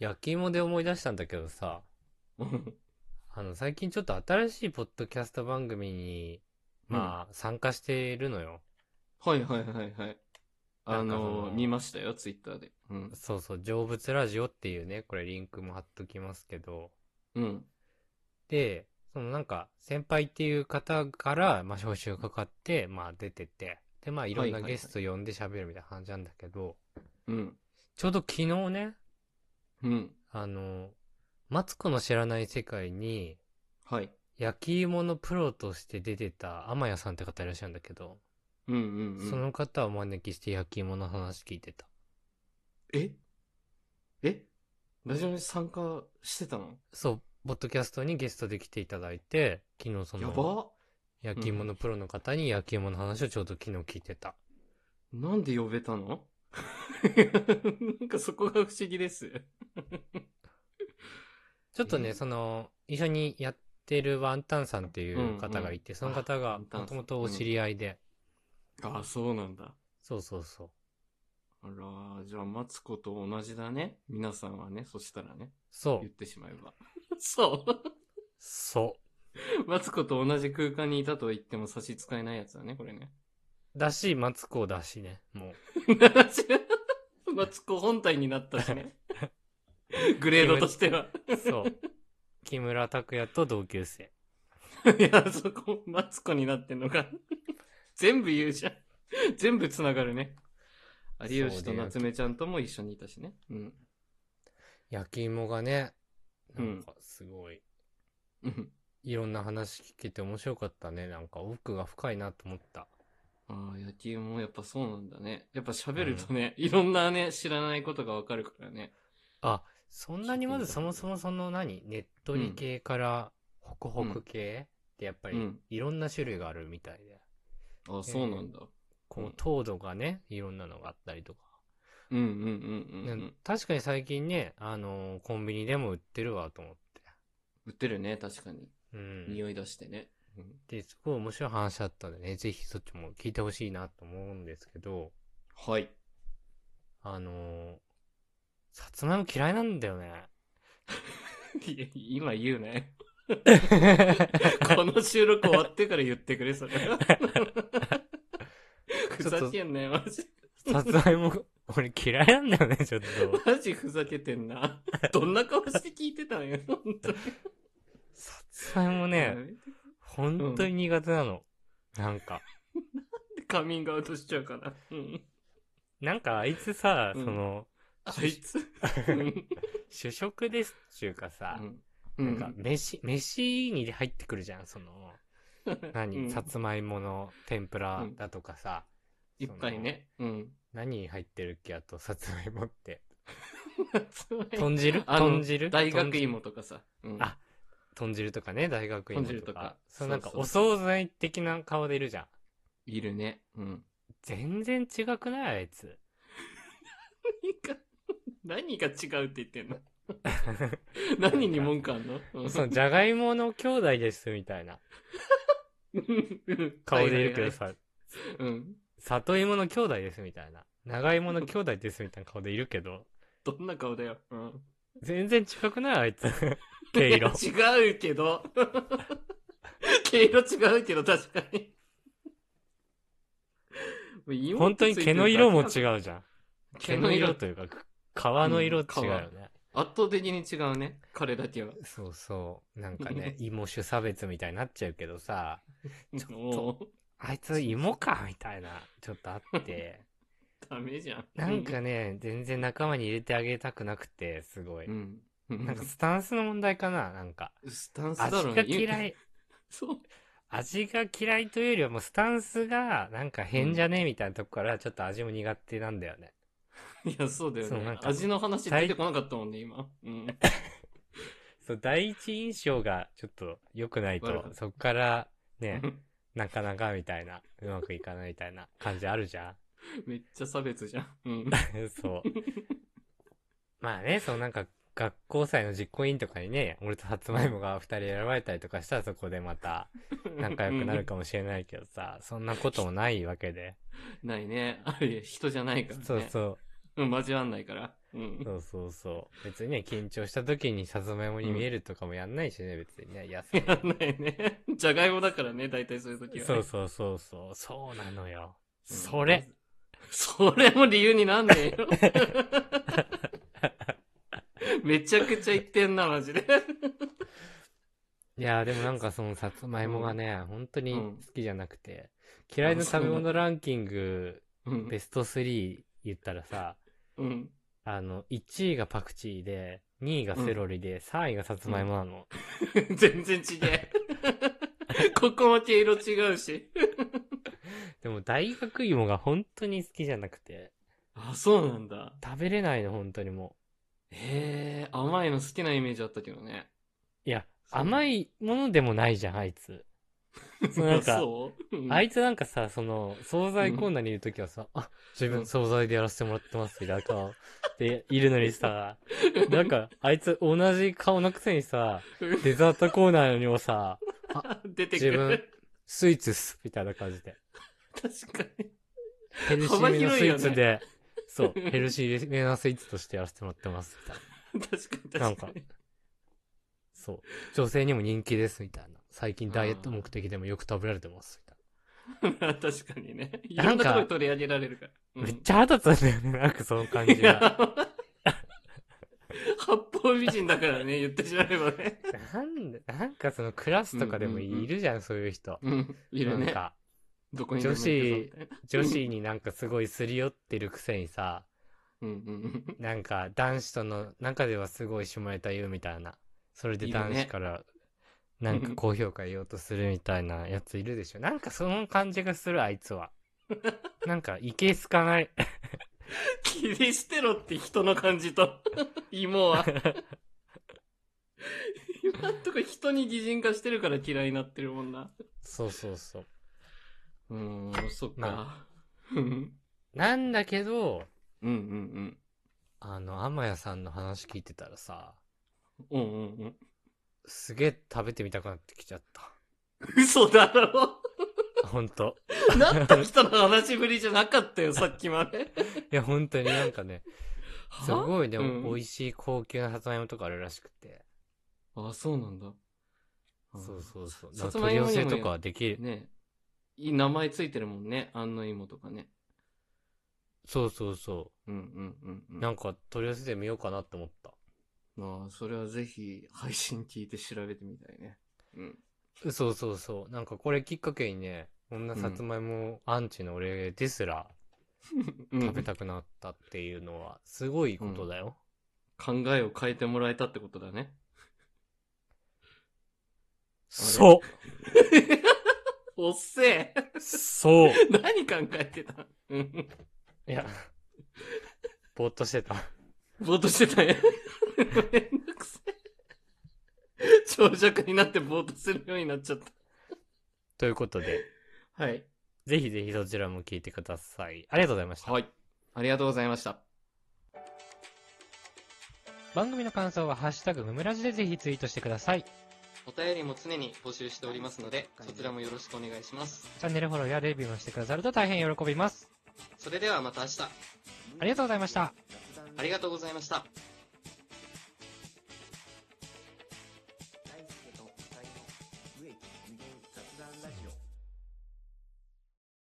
焼き芋で思い出したんだけどさ、最近ちょっと新しいポッドキャスト番組に、 うん。 参加しているのよ。 はいはいはいはい。 なんか見ましたよ、ツイッターで。うん。 そうそう、成仏ラジオっていうね、これリンクも貼っときますけど、 うん。 で、先輩っていう方から、招集がかかって、出てて、で、いろはんないはいはい。 ゲスト呼んで喋るみたいな感じなんだけど、 うん。 ちょうど昨日ね、 うん。 あの、マツコの知らない世界に、 はい。 焼き芋のプロとして出てた天谷さんって方いらっしゃるんだけど、 うんうんうん。 その方をお招きして焼き芋の話聞いてた。 ええラジオに参加してたの？ そう、ポッドキャストにゲストで来ていただいて、昨日その、 やば。 焼き芋うん。 のプロの方に焼き芋の話をちょうど昨日聞いてた。 なんで呼べたの？なんかそこが不思議です。 ちょっとね、 え一緒にやってるワンタンさんってういうんうん。 方がいて、そのあ、 方がワンタンさん。 もともとお知うん。 り合いで、 あ、そうなんだ。 そうそうそう。 あら、じゃあ、マツコと同じだね。皆さんはね、そしたらね。 そう、 言ってしまえば。そそう。マツコと同じ空間にいたと言っても差し支えないやつだね、これね。 う。だし、マツコだしね、もマツコ本体になったしう。 ね。グレードとしては。 そう、木村拓哉と同級生。 いや、そこ、マツコになってんのか。全部言うじゃん。全部つながるね。有そうで、 吉と夏目ちゃんとも一緒にいたしね。うん。 焼き芋がね、 うん。 すごい、 うん。 いろんな話聞けて面白かったね。奥が深いなと思った。 ああ、野球もやっぱそうなんだね。やっぱ喋るうん。 とね、いろんなね、知らないことがわかるからね。 あ、そんな聞いてにまずみたくなる。 そもそもネットうん。 リ系からホクホクうん。 系ってやっぱりうん。 いろんな種類があるみたいで。 ああ、そうなで、 んだ。うこうん。 糖度がね、いろんなのがあったりとか。 うんうんうんうんうん。 確かに最近ね、コンビニでも売ってるわと思って。 売ってるね、確かに。 うん。 匂い出してね。うん。 で、すごい面白い話だったんでね、ぜひそっちも聞いてほしいなと思うんですけど、 はい。 あのーさつまいも嫌いなんだよね。 いや今言うね。この収録終わってから言ってくれ、それは。ふざちょっと、 けんなよ、マジ。 さつまいも、俺嫌いなんだよね、ちょっと。 マジふざけてんな。どんな顔して聞いてたんよ、本当に。 さつまいもね、 やめて。うん。 本当に苦手なの。なんか。 カミングアウトしちゃうから。うん。 あいつさ、 うん。あ主食、 いつ。うん。 主食ですっていうかさ、 うん。うん。 飯に入ってくるじゃん、さうん。 つまいもの天ぷうん。 らだとかさ、 いっその、 ぱいね。うん。 何入ってるっけ、あと、さつまいもって。 つまり、 豚汁豚汁大学豚汁芋とかさ。うん。 あ、豚汁とかね、大学豚芋とか。 汁とか。そうおそうそう。 惣菜的な顔でいるじゃん。 いるね。うん。 全然違くないあいつ。 何が違うって言ってんの？何に文句あんの？うん。 じゃがいもの兄弟ですみたいなはい顔でいはいはい。 るけどさ、 うん。 里芋の兄弟ですみたいな。長芋の兄弟ですみたいな顔でいるけど、 どんな顔だよ。うん。 全然違くないあいつ。 いや、 毛色。 違うけど。毛色違うけど、確かに。芋っ本当にてついてる毛の色もだけだから。 違うじゃん。毛の毛の色、 色というか、皮の色違うよ皮。 ね。 圧倒的に違うね。彼だけは。 そうそう。芋種差別みたいになっちゃうけどさ、ちょっと、 もう、 あいつ芋かみたいな、ちょっとあって、 ダメじゃん。うん。 全然仲間に入れてあげたくなくて、すごい。 うん。うん。 スタンスの問題かなスタンスだ味がろうね。 嫌い。 そう。 味が嫌いというよりはもうスタンスがうん。 変じゃねみたいなとこからちょっと味も苦手なんだよね。 いや、そうだよね。 その味の話出て第、 こなかったもんね、今。うん。 そう、第一印象がちょっと良くないと、 悪かっそっからね、 た。うん。 なかなかみたいな、うまくいかないみたいな感じあるじゃめっちゃ差別じゃん。うん。 ん。そう。まあね、学校祭の実行委員とかにね、俺とさつうん。 まいもが二人選ばれたりとかしたらそこでまた仲良くなるうん。 かもしれないけどさ、そんなこともないわけで。 ないね。あれ、人じゃないからね。 そうそう。 うん、交わんないから。 そうそうそう。別にね、緊張した時にさつまいもに見えるとかもやんないしね、別にね。 やんないね。じゃがいもだからね、大体そういう時は、ね。 そうそうそうそう。そうなのよ。 うんそれ。 それも理由になんねえよ。めちゃくちゃ言ってんな、マジで。 いやーでもなんかそのさつまいもがね、本当に好きじゃなくて、嫌いな食べ物ランキング、ベスト3言ったらさ、1位がパクチーで、2位がセロリで、3位がさつまいもなの。 全然違え。ここも毛色違うし。 でも大学芋が本当に好きじゃなくて。 あ、そうなんだ。 食べれないの、本当にもう。甘いの好きなイメージあったけどね。 いや、甘いものでもないじゃん、あいつ。なんか、あいつなんかさ、惣菜コーナーにいるときはさ、自分惣菜でやらせてもらってます、みたいな顔でいるのにさ、なんか、あいつ同じ顔のくせにさ、デザートコーナーにもさ、 出てくる。 自分、スイーツっす、みたいな感じで。 確かに。 ヘルシーめのスイーツで、そう、ヘルシーめなスイーツとしてやらせてもらってます、みたいな。 確かに確かに。 なんか、そう。女性にも人気です、みたいな。最近ダイエット目的でもよく食べられてます、 みたいな。確かにね。いろんなところ取り上げられるから。 めっちゃ腹立つんだよね、なんかその感じが。 八方美人だからね、言ってしまえばね。 なんかそのクラスとかでもいるじゃん、そういう人。 いるね。 なんか、 どこに女子になんかすごいすり寄ってるくせにさ、なんか男子との中ではすごい下ネタ言うみたいな。それで男子からなんか高評価言おうとするみたいなやついるでしょ。なんかその感じがする、あいつは。なんかいけすかない。 切り捨てろって人の感じと、芋は。今んとこ人に擬人化してるから嫌いになってるもんな。 そうそうそう。 そっか。 まあ、なんだけど、 天谷さんの話聞いてたらさ、すげえ食べてみたくなってきちゃった。 嘘だろほんと。 なった人の話ぶりじゃなかったよ、さっきまで。 いや、本当になんかね、すごいでも美味しい高級なさつまいもとかあるらしくて。 あ、そうなんだ。 そうそうそう。取り寄せとかはできる。 ね。いい名前ついてるもんね。安納芋とかね。 そうそうそう。なんか取り寄せてみようかなって思った。 まあ、それはぜひ配信聞いて調べてみたいね。 そうそうそう。なんかこれきっかけにね、こんなさつまいもアンチの俺ですら食べたくなったっていうのはすごいことだよ。 考えを変えてもらえたってことだね。 そうおっせえそう何考えてたいや、ぼーっとしてた。 ぼーっとしてたね。めんどくせえ。長尺になってぼーっとするようになっちゃった。 ということで。 はい。 ぜひぜひそちらも聞いてください。ありがとうございました。 はい。ありがとうございました。 番組の感想はハッシュタグムムラジでぜひツイートしてください。 お便りも常に募集しておりますので、そちらもよろしくお願いします。 チャンネルフォローやレビューもしてくださると大変喜びます。 それではまた明日。 ありがとうございました。 ありがとうございました。